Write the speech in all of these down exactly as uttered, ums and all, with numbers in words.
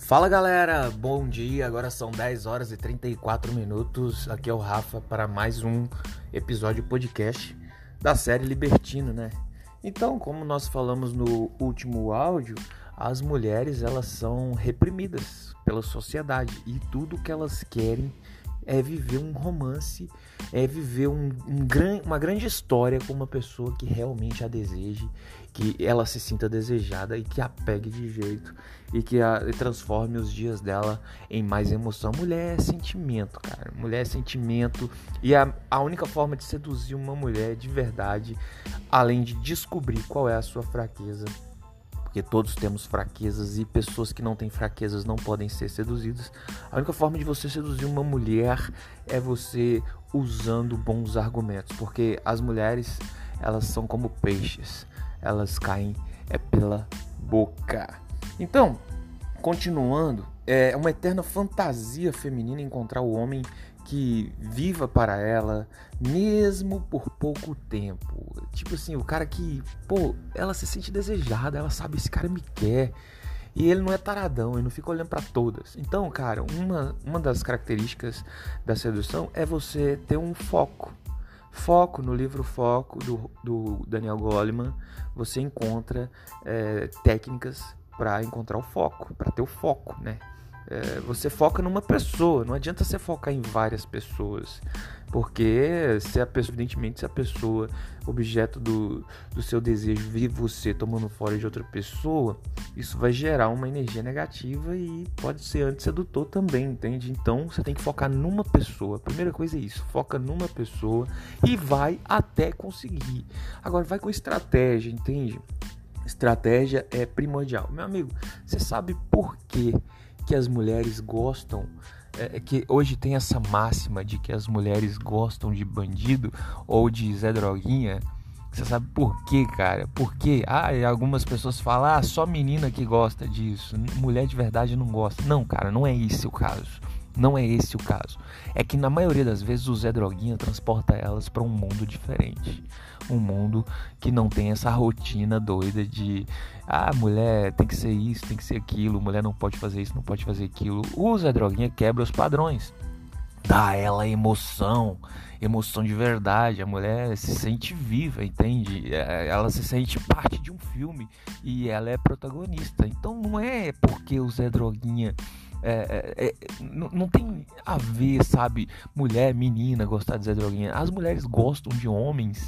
Fala galera, bom dia, agora são dez horas e trinta e quatro minutos, aqui é o Rafa para mais um episódio podcast da série Libertino, né? Então, como nós falamos no último áudio, as mulheres elas são reprimidas pela sociedade e tudo que elas querem é viver um romance, é viver um, um gran, uma grande história com uma pessoa que realmente a deseje, que ela se sinta desejada e que a pegue de jeito e que a, e transforme os dias dela em mais emoção. Mulher é sentimento, cara. Mulher é sentimento e a, a única forma de seduzir uma mulher de verdade, além de descobrir qual é a sua fraqueza, porque todos temos fraquezas e pessoas que não têm fraquezas não podem ser seduzidas. A única forma de você seduzir uma mulher é você usando bons argumentos, porque as mulheres, elas são como peixes, elas caem é pela boca. Então, continuando, é uma eterna fantasia feminina encontrar o homem que viva para ela, mesmo por pouco tempo. Tipo assim, o cara que, pô, ela se sente desejada, ela sabe, esse cara me quer. E ele não é taradão, ele não fica olhando para todas. Então, cara, uma, uma das características da sedução é você ter um foco. Foco, no livro Foco, do, do Daniel Goleman, você encontra é, técnicas para encontrar o foco, para ter o foco, né? É, você foca numa pessoa, não adianta você focar em várias pessoas, porque se a pessoa, evidentemente, se a pessoa, objeto do, do seu desejo, vir você tomando fora de outra pessoa, isso vai gerar uma energia negativa e pode ser antissedutor também, entende? Então você tem que focar numa pessoa. A primeira coisa é isso, foca numa pessoa e vai até conseguir. Agora vai com estratégia, entende? Estratégia é primordial. Meu amigo, você sabe por quê que as mulheres gostam, é, que hoje tem essa máxima de que as mulheres gostam de bandido ou de Zé Droguinha? Você sabe por quê, cara? Porque ah, algumas pessoas falam, ah, só menina que gosta disso, mulher de verdade não gosta. Não, cara, não é esse o caso. Não é esse o caso. É que na maioria das vezes o Zé Droguinha transporta elas para um mundo diferente. Um mundo que não tem essa rotina doida de ah, mulher tem que ser isso, tem que ser aquilo, mulher não pode fazer isso, não pode fazer aquilo. O Zé Droguinha quebra os padrões. Dá a ela emoção, emoção de verdade. A mulher se sente viva, entende? Ela se sente parte de um filme e ela é protagonista. Então não é porque o Zé Droguinha É, é, é, não, não tem a ver, sabe, mulher, menina gostar de Zé Droguinha. As mulheres gostam de homens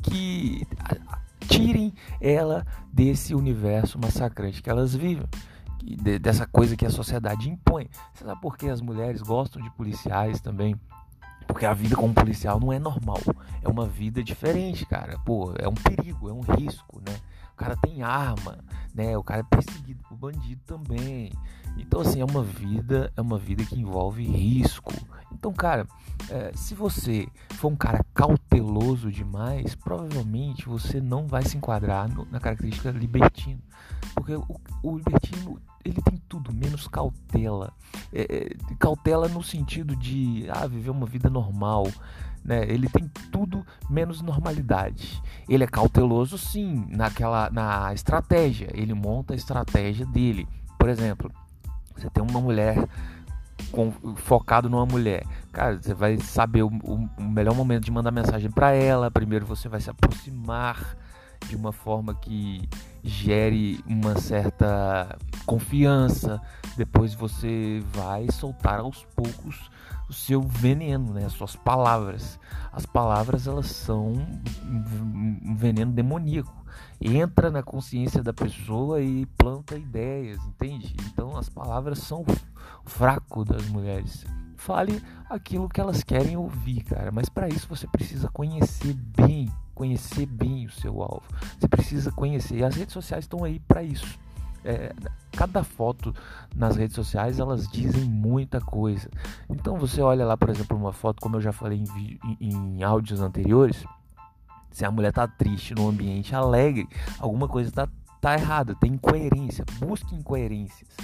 que a, a, tirem ela desse universo massacrante que elas vivem, que, de, dessa coisa que a sociedade impõe. Você sabe por que as mulheres gostam de policiais também? Porque a vida como policial não é normal, é uma vida diferente, cara. Pô, é um perigo, é um risco, né? O cara tem arma, né? O cara é perseguido por bandido também. Então, assim, é uma vida, é uma vida que envolve risco. Então, cara, é, se você for um cara cauteloso demais, provavelmente você não vai se enquadrar no, na característica libertino. Porque o, o libertino, ele tem tudo, menos cautela. É, é, cautela no sentido de ah, viver uma vida normal, né? Ele tem tudo menos normalidade. Ele é cauteloso, sim, naquela, na estratégia. Ele monta a estratégia dele. Por exemplo, você tem uma mulher com, focado numa mulher, cara, você vai saber o, o, o melhor momento de mandar mensagem para ela. Primeiro você vai se aproximar de uma forma que gere uma certa confiança. Depois você vai soltar aos poucos o seu veneno, né? As suas palavras. As palavras, elas são um veneno demoníaco. Entra na consciência da pessoa e planta ideias, entende? Então as palavras são o fraco das mulheres. Fale aquilo que elas querem ouvir, cara. Mas para isso você precisa conhecer bem, conhecer bem o seu alvo. Você precisa conhecer. E as redes sociais estão aí para isso. É, cada foto nas redes sociais, elas dizem muita coisa. Então você olha lá, por exemplo, uma foto, como eu já falei em, em, em áudios anteriores. Se a mulher tá triste num ambiente alegre, alguma coisa tá, tá errada, tem incoerência. Busque incoerências.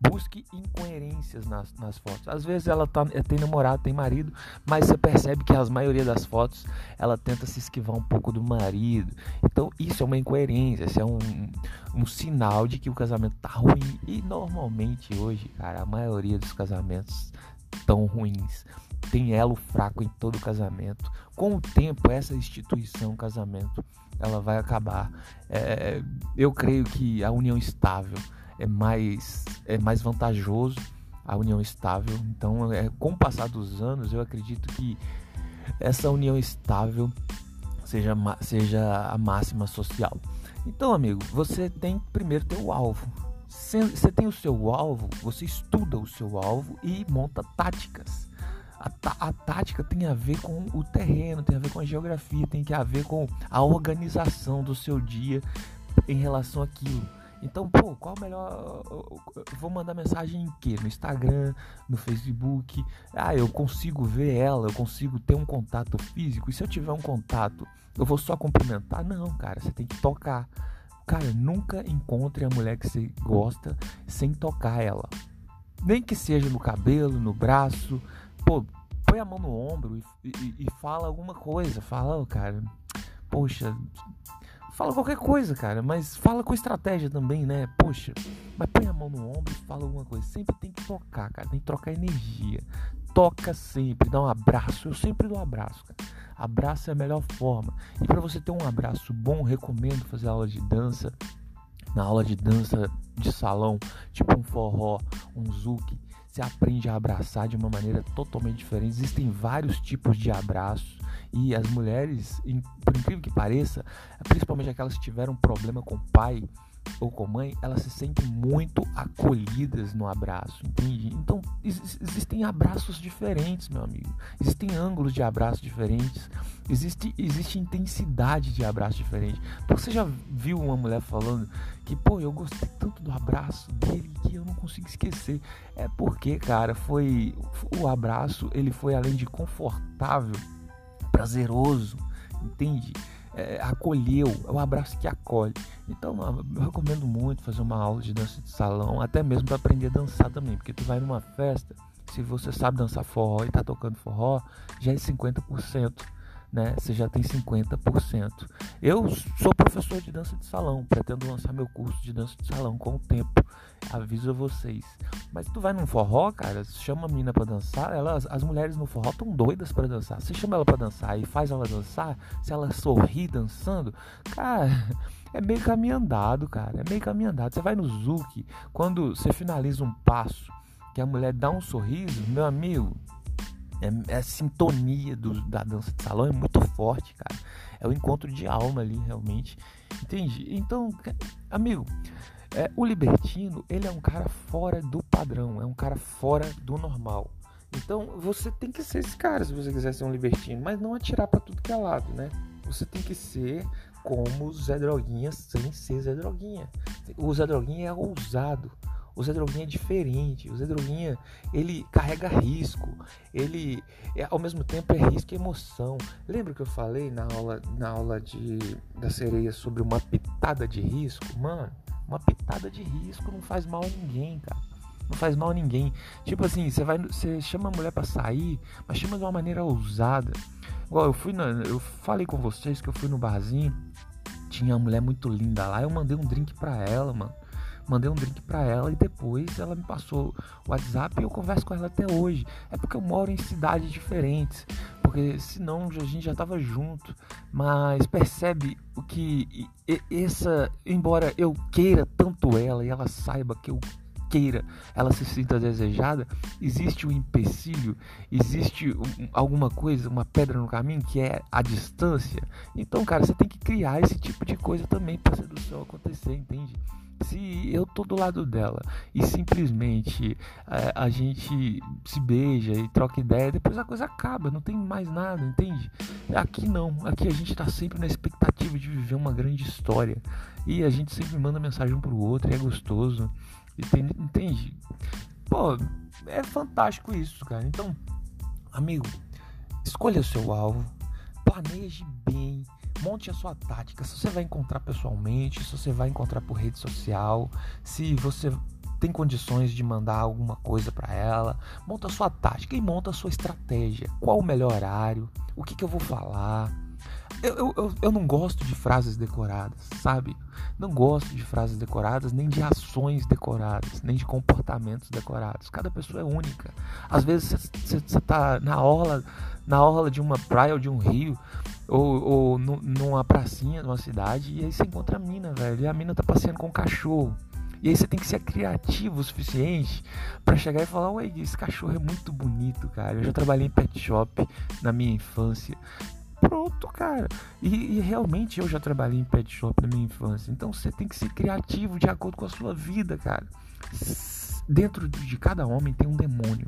busque incoerências nas, nas fotos. Às vezes ela tá, tem namorado, tem marido, mas você percebe que a maioria das fotos ela tenta se esquivar um pouco do marido. Então isso é uma incoerência, isso é um, um sinal de que o casamento tá ruim. E normalmente hoje, cara, a maioria dos casamentos tão ruins. Tem elo fraco em todo casamento. Com o tempo, essa instituição casamento, ela vai acabar. É, eu creio que a união estável é mais, é mais vantajoso, a união estável. Então, é, com o passar dos anos, eu acredito que essa união estável seja, seja a máxima social. Então, amigo, você tem que primeiro ter o alvo. Você tem o seu alvo, você estuda o seu alvo e monta táticas. A, tá, a tática tem a ver com o terreno, tem a ver com a geografia, tem a ver com a organização do seu dia em relação àquilo. Então, pô, qual o melhor... Eu vou mandar mensagem em quê? No Instagram, no Facebook. Ah, eu consigo ver ela, eu consigo ter um contato físico. E se eu tiver um contato, eu vou só cumprimentar? Não, cara, você tem que tocar. Cara, nunca encontre a mulher que você gosta sem tocar ela. Nem que seja no cabelo, no braço. Pô, põe a mão no ombro e, e, e fala alguma coisa. Fala, oh, cara, poxa, fala qualquer coisa, cara, mas fala com estratégia também, né? Poxa, mas põe a mão no ombro e fala alguma coisa. Sempre tem que tocar, cara, tem que trocar energia. Toca sempre, dá um abraço. Eu sempre dou um abraço, cara. Abraço é a melhor forma. E para você ter um abraço bom, recomendo fazer aula de dança. Na aula de dança de salão, tipo um forró, um zouk, você aprende a abraçar de uma maneira totalmente diferente. Existem vários tipos de abraços. E as mulheres, por incrível que pareça, principalmente aquelas que tiveram problema com o pai ou com a mãe, elas se sentem muito acolhidas no abraço, entende? Então, ex- existem abraços diferentes, meu amigo. Existem ângulos de abraço diferentes. Existe, existe intensidade de abraço diferente. Então, você já viu uma mulher falando que, pô, eu gostei tanto do abraço dele que eu não consigo esquecer. É porque, cara, foi... O abraço, ele foi além de confortável, prazeroso, entende? É, acolheu, é um abraço que acolhe. Então eu recomendo muito fazer uma aula de dança de salão, até mesmo para aprender a dançar também, porque tu vai numa festa, se você sabe dançar forró e tá tocando forró, já é cinquenta por cento, né? Você já tem cinquenta por cento. Eu sou professor de dança de salão, pretendo lançar meu curso de dança de salão com o tempo, aviso a vocês. Mas tu vai num forró, cara, chama a mina pra dançar, elas, as mulheres no forró tão doidas pra dançar. Você chama ela pra dançar e faz ela dançar, se ela sorrir dançando, cara, é meio caminho andado, cara, é meio caminho andado. Você vai no zouk, quando você finaliza um passo, que a mulher dá um sorriso, meu amigo, é, é a sintonia do, da dança de salão é muito forte, cara. É o encontro de alma ali, realmente, entende? Então, amigo, É, o libertino, ele é um cara fora do padrão, é um cara fora do normal. Então, você tem que ser esse cara se você quiser ser um libertino, mas não atirar pra tudo que é lado, né? Você tem que ser como o Zé Droguinha sem ser Zé Droguinha. O Zé Droguinha é ousado, o Zé Droguinha é diferente, o Zé Droguinha, ele carrega risco, ele, é, ao mesmo tempo, é risco e emoção. Lembra que eu falei na aula, na aula de, da sereia sobre uma pitada de risco? Mano, uma pitada de risco não faz mal a ninguém, cara. Não faz mal a ninguém. Tipo assim, você vai, você chama a mulher pra sair, mas chama de uma maneira ousada. Igual eu fui na, eu falei com vocês que eu fui no barzinho, tinha uma mulher muito linda lá, eu mandei um drink pra ela, mano. Mandei um drink pra ela e depois ela me passou o WhatsApp e eu converso com ela até hoje. É porque eu moro em cidades diferentes, porque senão a gente já tava junto. Mas percebe o que essa, embora eu queira tanto ela e ela saiba que eu queira, ela se sinta desejada, existe um empecilho, existe um, alguma coisa, uma pedra no caminho que é a distância. Então, cara, você tem que criar esse tipo de coisa também pra sedução acontecer, entende? Se eu tô do lado dela e simplesmente é, a gente se beija e troca ideia, depois a coisa acaba, não tem mais nada, entende? Aqui não, aqui a gente tá sempre na expectativa de viver uma grande história e a gente sempre manda mensagem um pro outro e é gostoso, entende? entende? Pô, é fantástico isso, cara. Então, amigo, escolha o seu alvo, planeje bem, monte a sua tática. Se você vai encontrar pessoalmente, se você vai encontrar por rede social, se você tem condições de mandar alguma coisa para ela, monta a sua tática e monta a sua estratégia. Qual o melhor horário? O que, que eu vou falar? Eu, eu, eu, eu não gosto de frases decoradas, sabe? Não gosto de frases decoradas, nem de ações decoradas, nem de comportamentos decorados. Cada pessoa é única. Às vezes você tá na orla, na orla de uma praia ou de um rio, ou, ou no, numa pracinha, numa cidade, e aí você encontra a mina, velho. E a mina tá passeando com um cachorro. E aí você tem que ser criativo o suficiente pra chegar e falar: ué, esse cachorro é muito bonito, cara. Eu já trabalhei em pet shop na minha infância. Pronto, cara. E, e realmente eu já trabalhei em pet shop na minha infância. Então você tem que ser criativo de acordo com a sua vida, cara. Dentro de cada homem tem um demônio.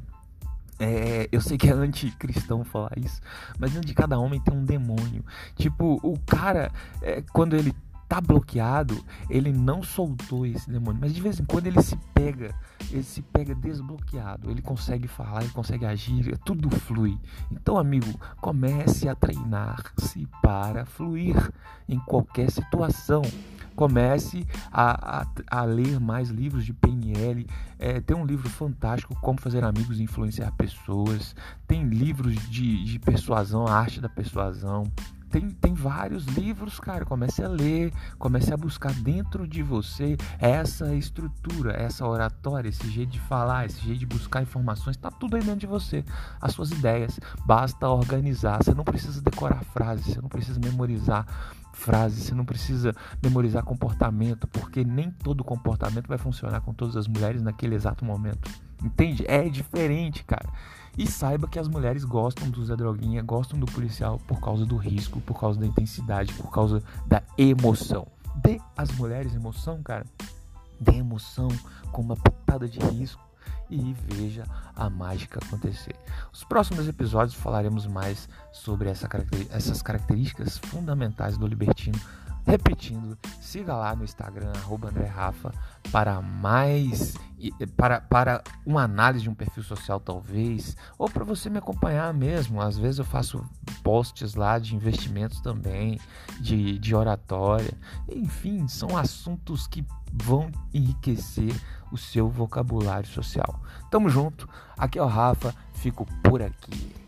É, eu sei que é anticristão falar isso, mas dentro de cada homem tem um demônio. Tipo, o cara, é, quando ele tá bloqueado, ele não soltou esse demônio, mas de vez em quando ele se pega, ele se pega desbloqueado, ele consegue falar, ele consegue agir, tudo flui. Então, amigo, comece a treinar-se para fluir em qualquer situação. Comece a, a, a ler mais livros de P N L. É, tem um livro fantástico, Como Fazer Amigos e Influenciar Pessoas. Tem livros de, de persuasão, a arte da persuasão. Tem, tem vários livros, cara. Comece a ler, comece a buscar dentro de você essa estrutura, essa oratória, esse jeito de falar, esse jeito de buscar informações. Tá tudo aí dentro de você, as suas ideias. Basta organizar. Você não precisa decorar frases, você não precisa memorizar frases, você não precisa memorizar comportamento, porque nem todo comportamento vai funcionar com todas as mulheres naquele exato momento. Entende? É diferente, cara. E saiba que as mulheres gostam do Zé Droguinha, gostam do policial por causa do risco, por causa da intensidade, por causa da emoção. Dê às mulheres emoção, cara. Dê emoção com uma pitada de risco e veja a mágica acontecer. Os próximos episódios falaremos mais sobre essa caracter- essas características fundamentais do libertino. Repetindo, siga lá no Instagram, arroba André Rafa, para mais, para, para uma análise de um perfil social talvez, ou para você me acompanhar mesmo. Às vezes eu faço posts lá de investimentos também, de, de oratória, enfim, são assuntos que vão enriquecer o seu vocabulário social. Tamo junto, aqui é o Rafa, fico por aqui.